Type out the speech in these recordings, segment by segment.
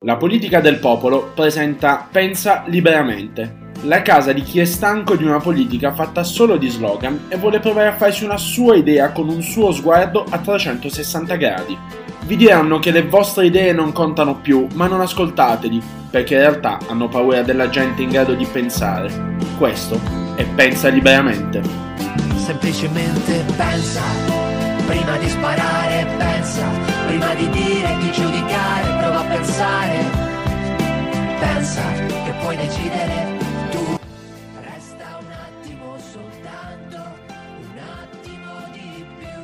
La politica del popolo presenta Pensa liberamente, la casa di chi è stanco di una politica fatta solo di slogan e vuole provare a farsi una sua idea con un suo sguardo a 360 gradi. Vi diranno che le vostre idee non contano più, ma non ascoltateli, perché in realtà hanno paura della gente in grado di pensare. Questo è Pensa liberamente. Semplicemente pensa, prima di sparare, pensa, prima di dire, di giudicare, prova a pensare, pensa che puoi decidere tu. Resta un attimo soltanto, un attimo di più,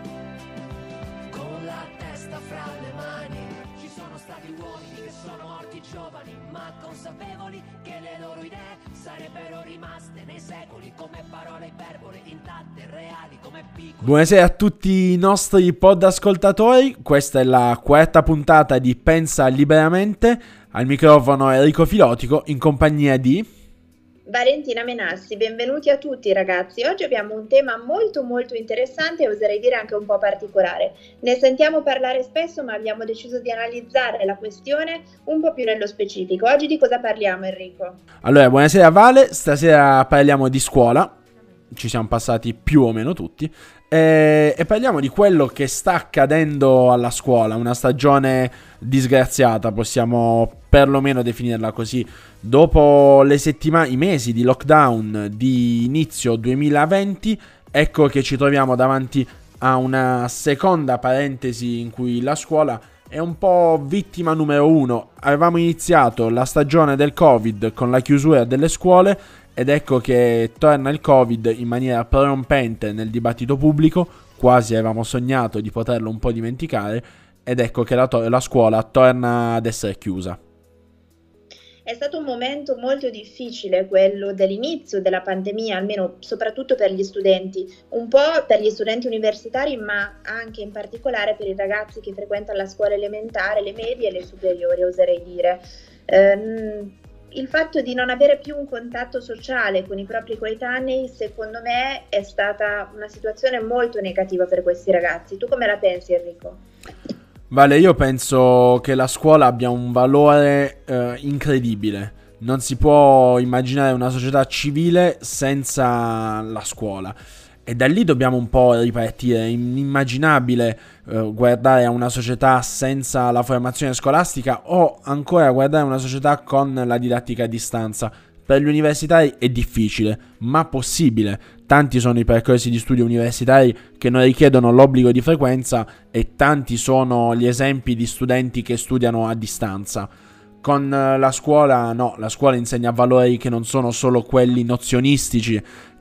con la testa fra le mani. Ci sono stati uomini che sono morti giovani, ma consapevoli che le loro idee sarebbero rimaste nei secoli come parole iperbole, intatte, reali come piccole. Buonasera a tutti i nostri pod ascoltatori, questa è la quarta puntata di Pensa liberamente. Al microfono Enrico Filotico in compagnia di Valentina Menassi. Benvenuti a tutti ragazzi. Oggi abbiamo un tema molto interessante e oserei dire anche un po' particolare. Ne sentiamo parlare spesso, ma abbiamo deciso di analizzare la questione un po' più nello specifico. Oggi di cosa parliamo, Enrico? Allora, buonasera Vale, stasera parliamo di scuola, ci siamo passati più o meno tutti, e parliamo di quello che sta accadendo alla scuola, una stagione disgraziata, possiamo perlomeno definirla così. Dopo le settimane, i mesi di lockdown di inizio 2020, ecco che ci troviamo davanti a una seconda parentesi in cui la scuola è un po' vittima numero uno. Avevamo iniziato la stagione del Covid con la chiusura delle scuole ed ecco che torna il Covid in maniera prorompente nel dibattito pubblico, quasi avevamo sognato di poterlo un po' dimenticare, ed ecco che la scuola torna ad essere chiusa. È stato un momento molto difficile quello dell'inizio della pandemia, almeno soprattutto per gli studenti, un po' per gli studenti universitari, ma anche in particolare per i ragazzi che frequentano la scuola elementare, le medie e le superiori, oserei dire. Il fatto di non avere più un contatto sociale con i propri coetanei, secondo me, è stata una situazione molto negativa per questi ragazzi. Tu come la pensi, Enrico? Vale, io penso che la scuola abbia un valore incredibile. Non si può immaginare una società civile senza la scuola. E da lì dobbiamo un po' ripartire. È inimmaginabile guardare a una società senza la formazione scolastica o ancora guardare a una società con la didattica a distanza. Per gli universitari è difficile, ma possibile. Tanti sono i percorsi di studio universitari che non richiedono l'obbligo di frequenza e tanti sono gli esempi di studenti che studiano a distanza. Con la scuola no, la scuola insegna valori che non sono solo quelli nozionistici,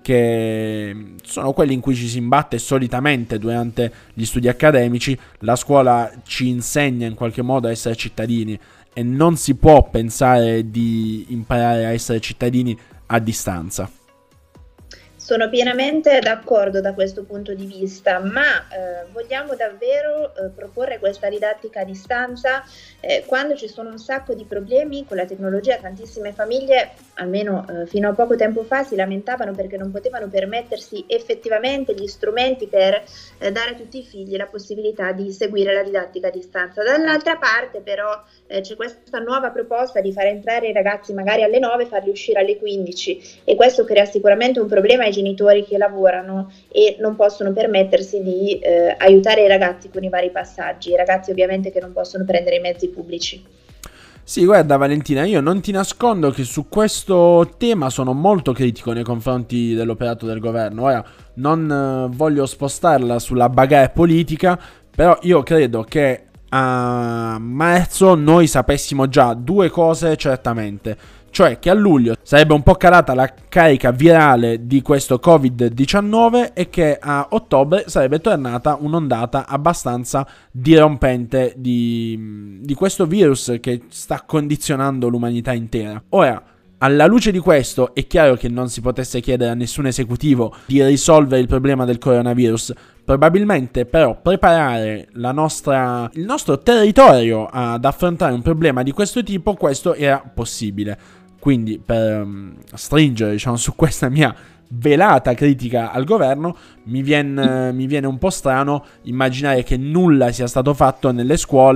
che sono quelli in cui ci si imbatte solitamente durante gli studi accademici. La scuola ci insegna in qualche modo a essere cittadini e non si può pensare di imparare a essere cittadini a distanza. Sono pienamente d'accordo da questo punto di vista, ma vogliamo davvero proporre questa didattica a distanza quando ci sono un sacco di problemi con la tecnologia? Tantissime famiglie, almeno fino a poco tempo fa, si lamentavano perché non potevano permettersi effettivamente gli strumenti per dare a tutti i figli la possibilità di seguire la didattica a distanza. Dall'altra parte però c'è questa nuova proposta di far entrare i ragazzi magari alle 9 e farli uscire alle 15 e questo crea sicuramente un problema ai genitori che lavorano e non possono permettersi di aiutare i ragazzi con i vari passaggi, i ragazzi ovviamente che non possono prendere i mezzi pubblici. Sì, guarda Valentina, io non ti nascondo che su questo tema sono molto critico nei confronti dell'operato del governo. Ora, non voglio spostarla sulla bagarre politica, però io credo che a marzo noi sapessimo già due cose certamente, cioè che a luglio sarebbe un po' calata la carica virale di questo Covid-19 e che a ottobre sarebbe tornata un'ondata abbastanza dirompente di questo virus che sta condizionando l'umanità intera. Ora, alla luce di questo è chiaro che non si potesse chiedere a nessun esecutivo di risolvere il problema del coronavirus. Probabilmente però preparare il nostro territorio ad affrontare un problema di questo tipo, questo era possibile. Quindi per stringere, diciamo, su questa mia velata critica al governo, mi viene un po' strano immaginare che nulla sia stato fatto nelle scuole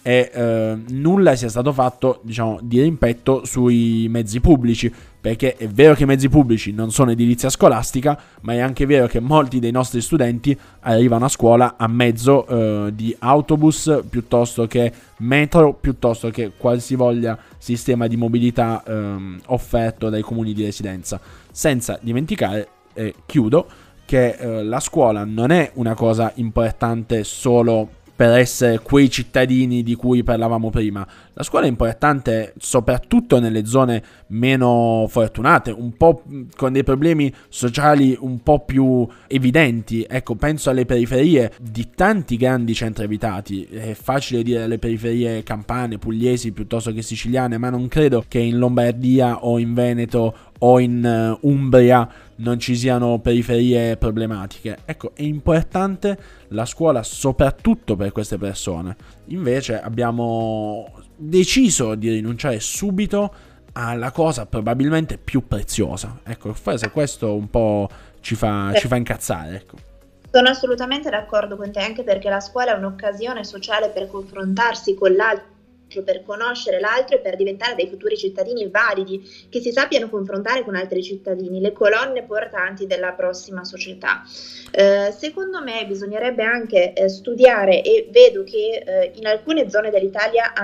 e nulla sia stato fatto, diciamo, di rimpetto sui mezzi pubblici, perché è vero che i mezzi pubblici non sono edilizia scolastica, ma è anche vero che molti dei nostri studenti arrivano a scuola a mezzo di autobus, piuttosto che metro, piuttosto che qualsivoglia sistema di mobilità offerto dai comuni di residenza. Senza dimenticare, chiudo, che la scuola non è una cosa importante solo per essere quei cittadini di cui parlavamo prima. La scuola è importante soprattutto nelle zone meno fortunate, un po' con dei problemi sociali un po' più evidenti. Ecco, penso alle periferie di tanti grandi centri abitati. È facile dire le periferie campane, pugliesi piuttosto che siciliane, ma non credo che in Lombardia o in Veneto o in Umbria non ci siano periferie problematiche. Ecco, è importante la scuola soprattutto per queste persone. Invece abbiamo deciso di rinunciare subito alla cosa probabilmente più preziosa. Ecco, forse questo un po' ci fa incazzare, ecco. Sono assolutamente d'accordo con te, anche perché la scuola è un'occasione sociale per confrontarsi con l'altro, per conoscere l'altro e per diventare dei futuri cittadini validi, che si sappiano confrontare con altri cittadini, le colonne portanti della prossima società. Secondo me bisognerebbe anche studiare, e vedo che in alcune zone dell'Italia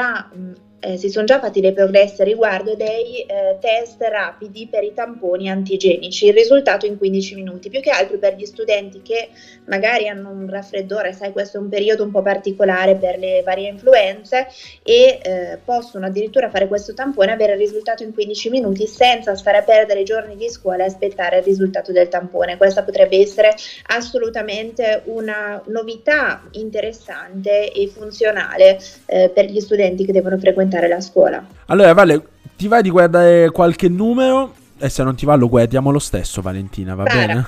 si sono già fatti dei progressi a riguardo, dei test rapidi per i tamponi antigenici, il risultato in 15 minuti, più che altro per gli studenti che magari hanno un raffreddore, sai, questo è un periodo un po' particolare per le varie influenze, e possono addirittura fare questo tampone e avere il risultato in 15 minuti senza stare a perdere i giorni di scuola e aspettare il risultato del tampone. Questa potrebbe essere assolutamente una novità interessante e funzionale per gli studenti che devono frequentare la scuola. Allora, Vale, ti va di guardare qualche numero? E se non ti va lo guardiamo lo stesso, Valentina, va bene?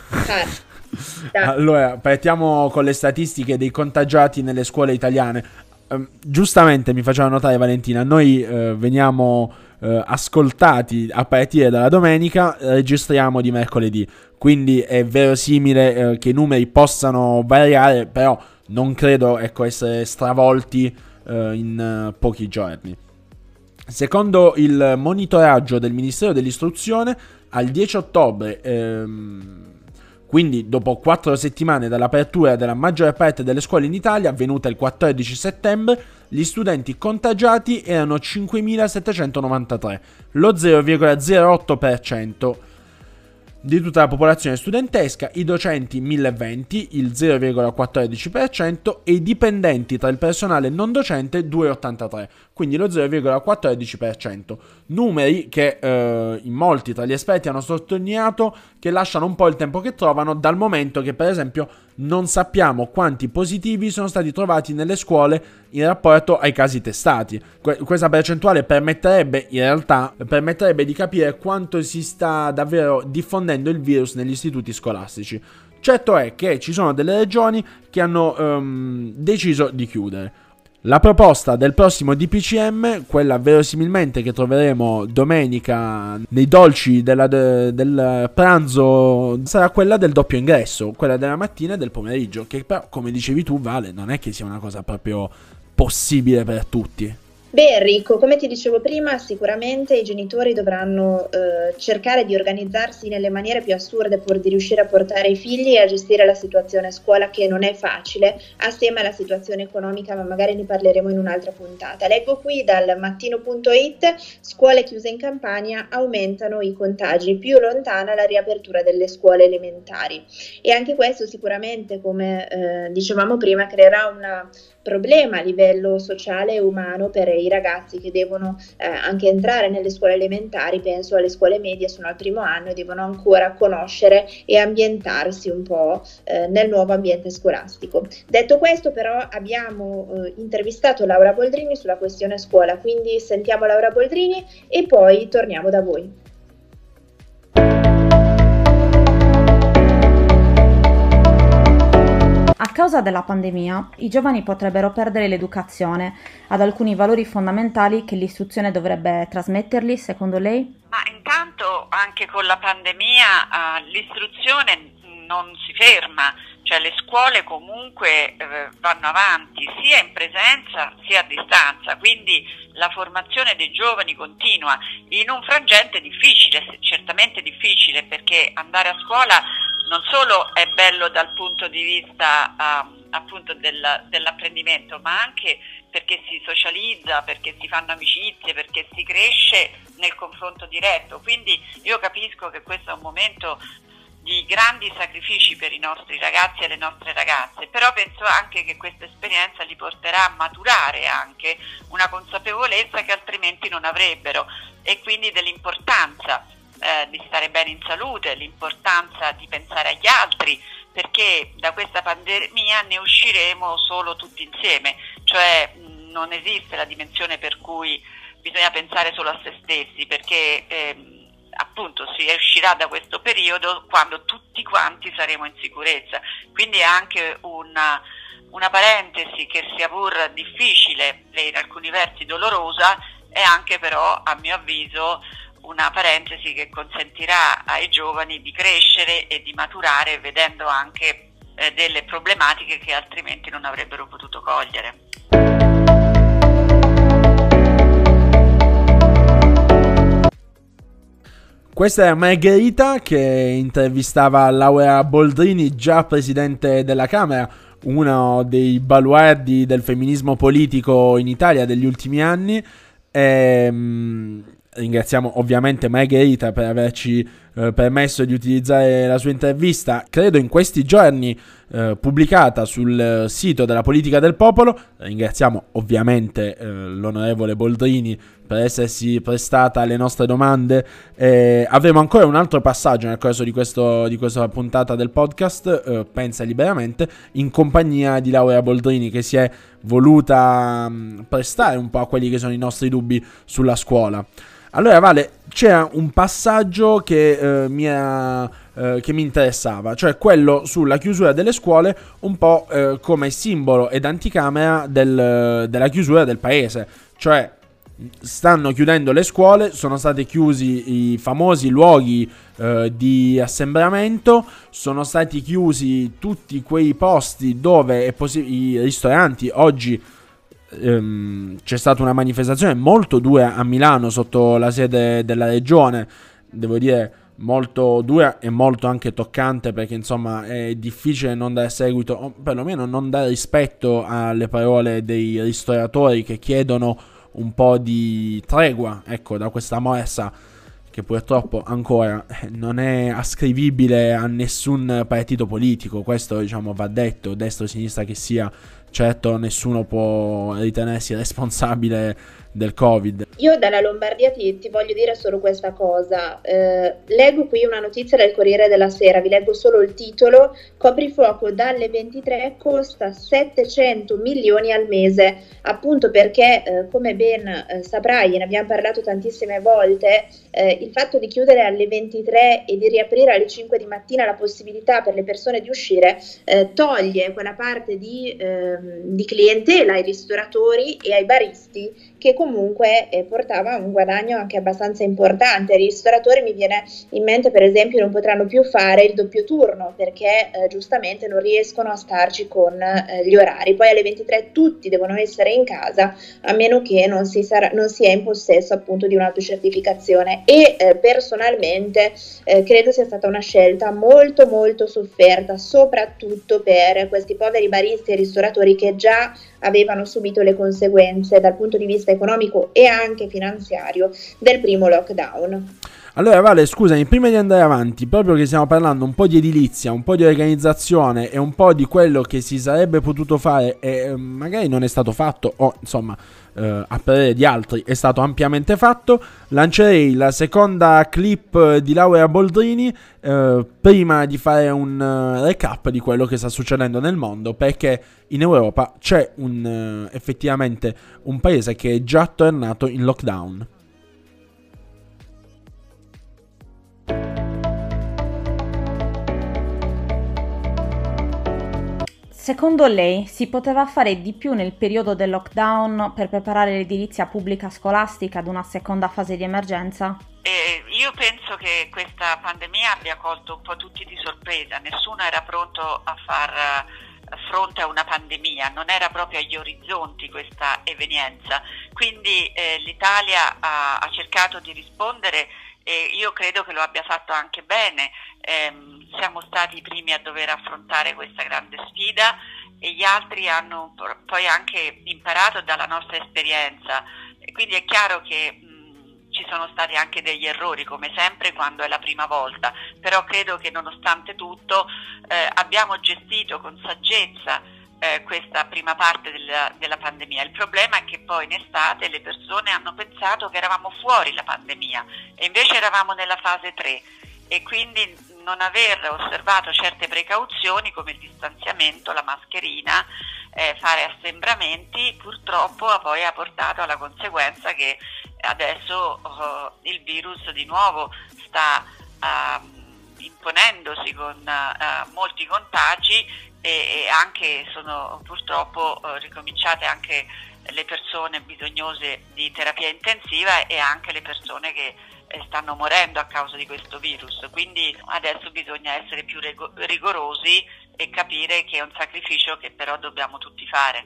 Allora, partiamo con le statistiche dei contagiati nelle scuole italiane. Giustamente mi faceva notare Valentina, noi veniamo ascoltati a partire dalla domenica, registriamo di mercoledì, quindi è verosimile che i numeri possano variare, però non credo, ecco, essere stravolti in pochi giorni. Secondo il monitoraggio del Ministero dell'Istruzione, al 10 ottobre, quindi dopo 4 settimane dall'apertura della maggior parte delle scuole in Italia, avvenuta il 14 settembre, gli studenti contagiati erano 5.793, lo 0,08% di tutta la popolazione studentesca, i docenti 1020, il 0,14%, e i dipendenti tra il personale non docente 2,83, quindi lo 0,14%. Numeri che in molti tra gli esperti hanno sottolineato che lasciano un po' il tempo che trovano, dal momento che per esempio non sappiamo quanti positivi sono stati trovati nelle scuole in rapporto ai casi testati. Questa percentuale permetterebbe di capire quanto si sta davvero diffondendo il virus negli istituti scolastici. Certo è che ci sono delle regioni che hanno deciso di chiudere. La proposta del prossimo DPCM, quella verosimilmente che troveremo domenica nei dolci del pranzo, sarà quella del doppio ingresso, quella della mattina e del pomeriggio, che però, come dicevi tu, Vale, non è che sia una cosa proprio possibile per tutti. Beh, Enrico, come ti dicevo prima, sicuramente i genitori dovranno cercare di organizzarsi nelle maniere più assurde pur di riuscire a portare i figli e a gestire la situazione a scuola, che non è facile, assieme alla situazione economica, ma magari ne parleremo in un'altra puntata. Leggo qui dal mattino.it: scuole chiuse in Campania, aumentano i contagi, più lontana la riapertura delle scuole elementari. E anche questo sicuramente, come dicevamo prima, creerà un problema a livello sociale e umano per i ragazzi che devono anche entrare nelle scuole elementari. Penso alle scuole medie, sono al primo anno e devono ancora conoscere e ambientarsi un po' nel nuovo ambiente scolastico. Detto questo, però, abbiamo intervistato Laura Boldrini sulla questione scuola, quindi sentiamo Laura Boldrini e poi torniamo da voi. A causa della pandemia, i giovani potrebbero perdere l'educazione ad alcuni valori fondamentali che l'istruzione dovrebbe trasmetterli, secondo lei? Ma intanto anche con la pandemia l'istruzione non si ferma, cioè le scuole comunque vanno avanti sia in presenza sia a distanza, quindi la formazione dei giovani continua in un frangente difficile, certamente difficile, perché andare a scuola non solo è bello dal punto di vista appunto dell'apprendimento, ma anche perché si socializza, perché si fanno amicizie, perché si cresce nel confronto diretto. Quindi io capisco che questo è un momento di grandi sacrifici per i nostri ragazzi e le nostre ragazze, però penso anche che questa esperienza li porterà a maturare anche una consapevolezza che altrimenti non avrebbero, e quindi dell'importanza di stare bene in salute, l'importanza di pensare agli altri, perché da questa pandemia ne usciremo solo tutti insieme, cioè non esiste la dimensione per cui bisogna pensare solo a se stessi, perché appunto si uscirà da questo periodo quando tutti quanti saremo in sicurezza. Quindi è anche una parentesi che, sia pur difficile e in alcuni versi dolorosa, è anche però, a mio avviso, una parentesi che consentirà ai giovani di crescere e di maturare, vedendo anche delle problematiche che altrimenti non avrebbero potuto cogliere. Questa è Margherita che intervistava Laura Boldrini, già presidente della Camera, uno dei baluardi del femminismo politico in Italia degli ultimi anni. Ringraziamo ovviamente Margherita per averci permesso di utilizzare la sua intervista, credo in questi giorni pubblicata sul sito della Politica del Popolo. Ringraziamo ovviamente l'onorevole Boldrini per essersi prestata alle nostre domande. Avremo ancora un altro passaggio nel corso di questa puntata del podcast, Pensa Liberamente, in compagnia di Laura Boldrini, che si è voluta prestare un po' a quelli che sono i nostri dubbi sulla scuola. Allora Vale, c'era un passaggio che mi interessava, cioè quello sulla chiusura delle scuole, un po' come simbolo ed anticamera della chiusura del paese. Cioè stanno chiudendo le scuole, sono stati chiusi i famosi luoghi di assembramento, sono stati chiusi tutti quei posti dove è possibile, i ristoranti. Oggi c'è stata una manifestazione molto dura a Milano sotto la sede della regione, devo dire molto dura e molto anche toccante, perché insomma è difficile non dare seguito, o perlomeno non dare rispetto alle parole dei ristoratori che chiedono un po' di tregua, ecco, da questa morsa che purtroppo ancora non è ascrivibile a nessun partito politico. Questo, diciamo, va detto, destra o sinistra che sia. Certo, nessuno può ritenersi responsabile del Covid. Io dalla Lombardia ti voglio dire solo questa cosa. Leggo qui una notizia del Corriere della Sera, vi leggo solo il titolo: coprifuoco dalle 23 costa 700 milioni al mese, appunto perché come ben saprai, e ne abbiamo parlato tantissime volte, il fatto di chiudere alle 23 e di riaprire alle 5 di mattina la possibilità per le persone di uscire toglie quella parte di clientela ai ristoratori e ai baristi, che comunque portava un guadagno anche abbastanza importante. I ristoratori, mi viene in mente per esempio, non potranno più fare il doppio turno perché giustamente non riescono a starci con gli orari. Poi alle 23 tutti devono essere in casa, a meno che non si è in possesso appunto di un'autocertificazione, e personalmente credo sia stata una scelta molto molto sofferta, soprattutto per questi poveri baristi e ristoratori che già avevano subito le conseguenze dal punto di vista economico e anche finanziario del primo lockdown. Allora Vale, scusami, prima di andare avanti, proprio che stiamo parlando un po' di edilizia, un po' di organizzazione e un po' di quello che si sarebbe potuto fare e magari non è stato fatto, o insomma a parere di altri è stato ampiamente fatto, lancerei la seconda clip di Laura Boldrini prima di fare un recap di quello che sta succedendo nel mondo, perché in Europa c'è effettivamente un paese che è già tornato in lockdown. Secondo lei si poteva fare di più nel periodo del lockdown per preparare l'edilizia pubblica scolastica ad una seconda fase di emergenza? Io penso che questa pandemia abbia colto un po' tutti di sorpresa, nessuno era pronto a far fronte a una pandemia, non era proprio agli orizzonti questa evenienza, quindi l'Italia ha cercato di rispondere e io credo che lo abbia fatto anche bene. Siamo stati i primi a dover affrontare questa grande sfida e gli altri hanno poi anche imparato dalla nostra esperienza, e quindi è chiaro che ci sono stati anche degli errori, come sempre quando è la prima volta, però credo che nonostante tutto abbiamo gestito con saggezza questa prima parte della pandemia. Il problema è che poi in estate le persone hanno pensato che eravamo fuori la pandemia e invece eravamo nella fase 3 e quindi non aver osservato certe precauzioni come il distanziamento, la mascherina, fare assembramenti, purtroppo poi ha portato alla conseguenza che adesso il virus di nuovo sta imponendosi con molti contagi e anche sono purtroppo ricominciate anche le persone bisognose di terapia intensiva e anche le persone che stanno morendo a causa di questo virus, quindi adesso bisogna essere più rigorosi e capire che è un sacrificio che però dobbiamo tutti fare.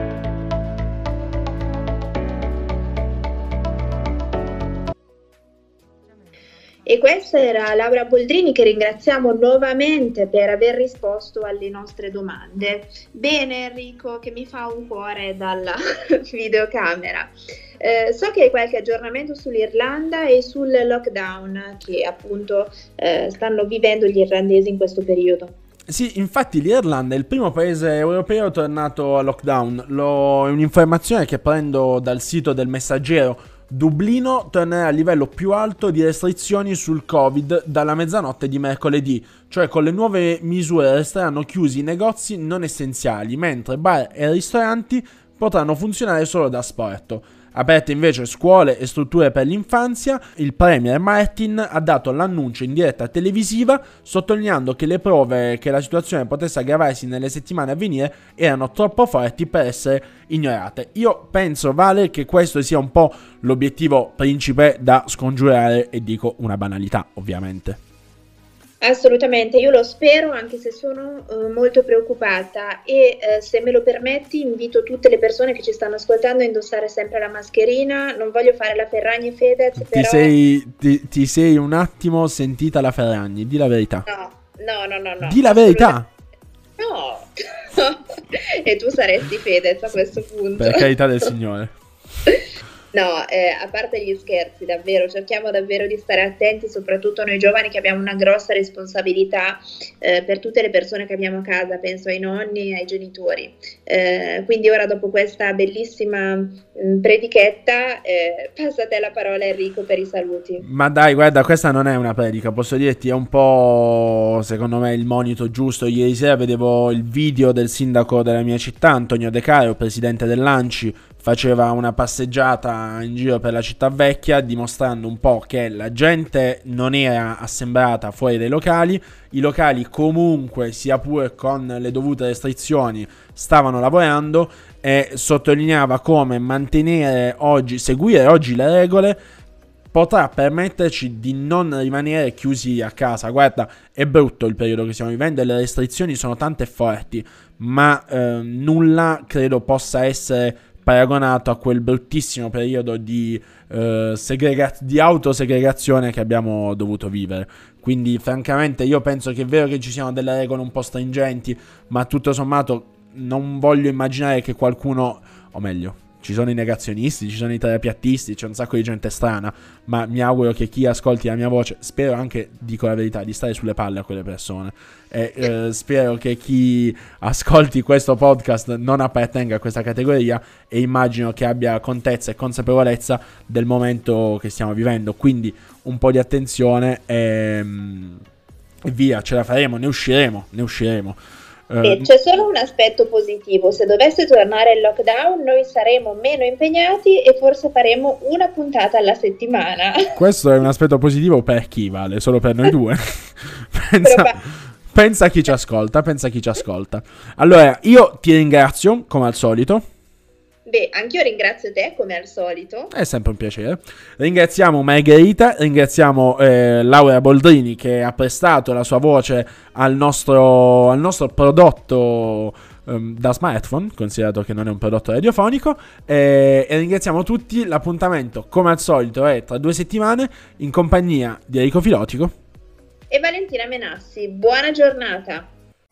E questa era Laura Boldrini, che ringraziamo nuovamente per aver risposto alle nostre domande. Bene Enrico, che mi fa un cuore dalla videocamera. So che hai qualche aggiornamento sull'Irlanda e sul lockdown che appunto stanno vivendo gli irlandesi in questo periodo. Sì, infatti l'Irlanda è il primo paese europeo tornato a lockdown. È un'informazione che prendo dal sito del Messaggero. Dublino tornerà al livello più alto di restrizioni sul Covid dalla mezzanotte di mercoledì, cioè con le nuove misure resteranno chiusi i negozi non essenziali, mentre bar e ristoranti potranno funzionare solo da asporto. Aperte invece scuole e strutture per l'infanzia, il premier Martin ha dato l'annuncio in diretta televisiva sottolineando che le prove che la situazione potesse aggravarsi nelle settimane a venire erano troppo forti per essere ignorate. Io penso, Vale, che questo sia un po' l'obiettivo principe da scongiurare, e dico una banalità ovviamente. Assolutamente, io lo spero, anche se sono molto preoccupata e se me lo permetti invito tutte le persone che ci stanno ascoltando a indossare sempre la mascherina. Non voglio fare la Ferragni, Fedez, però... Ti sei un attimo sentita la Ferragni, di la verità. No. Di la verità. No. E tu saresti Fedez a questo punto. Per carità del Signore. No, a parte gli scherzi, davvero, cerchiamo davvero di stare attenti, soprattutto noi giovani che abbiamo una grossa responsabilità per tutte le persone che abbiamo a casa, penso ai nonni e ai genitori. Quindi ora, dopo questa bellissima predichetta, passa a te la parola Enrico per i saluti. Ma dai, guarda, questa non è una predica, posso dirti, è un po', secondo me, il monito giusto. Ieri sera vedevo il video del sindaco della mia città, Antonio De Caro, presidente dell'ANCI, faceva una passeggiata in giro per la città vecchia dimostrando un po' che la gente non era assembrata fuori dai locali, i locali comunque, sia pure con le dovute restrizioni, stavano lavorando, e sottolineava come seguire oggi le regole potrà permetterci di non rimanere chiusi a casa. Guarda, è brutto il periodo che stiamo vivendo e le restrizioni sono tante e forti, ma nulla credo possa essere paragonato a quel bruttissimo periodo di autosegregazione che abbiamo dovuto vivere. Quindi francamente io penso che è vero che ci siano delle regole un po' stringenti, ma tutto sommato non voglio immaginare che qualcuno, o meglio, ci sono i negazionisti, ci sono i terapiattisti, c'è un sacco di gente strana, ma mi auguro che chi ascolti la mia voce, spero anche, dico la verità, di stare sulle palle a quelle persone, e spero che chi ascolti questo podcast non appartenga a questa categoria, e immagino che abbia contezza e consapevolezza del momento che stiamo vivendo. Quindi un po' di attenzione e via, ce la faremo, ne usciremo. C'è solo un aspetto positivo: se dovesse tornare il lockdown noi saremo meno impegnati e forse faremo una puntata alla settimana. Questo è un aspetto positivo per chi, Vale? Solo per noi due? Pensa a chi ci ascolta, Allora, io ti ringrazio come al solito. Beh, anch'io ringrazio te come al solito. È sempre un piacere. Ringraziamo Margherita, ringraziamo Laura Boldrini che ha prestato la sua voce al nostro prodotto da smartphone, considerato che non è un prodotto radiofonico, e ringraziamo tutti. L'appuntamento come al solito è tra 2 settimane in compagnia di Enrico Filotico e Valentina Menassi. Buona giornata.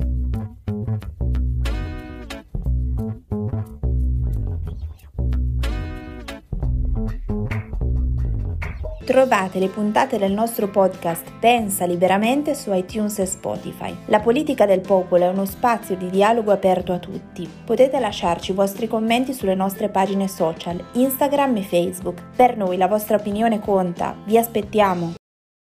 Trovate le puntate del nostro podcast Pensa Liberamente su iTunes e Spotify. La politica del popolo è uno spazio di dialogo aperto a tutti. Potete lasciarci i vostri commenti sulle nostre pagine social, Instagram e Facebook. Per noi la vostra opinione conta. Vi aspettiamo!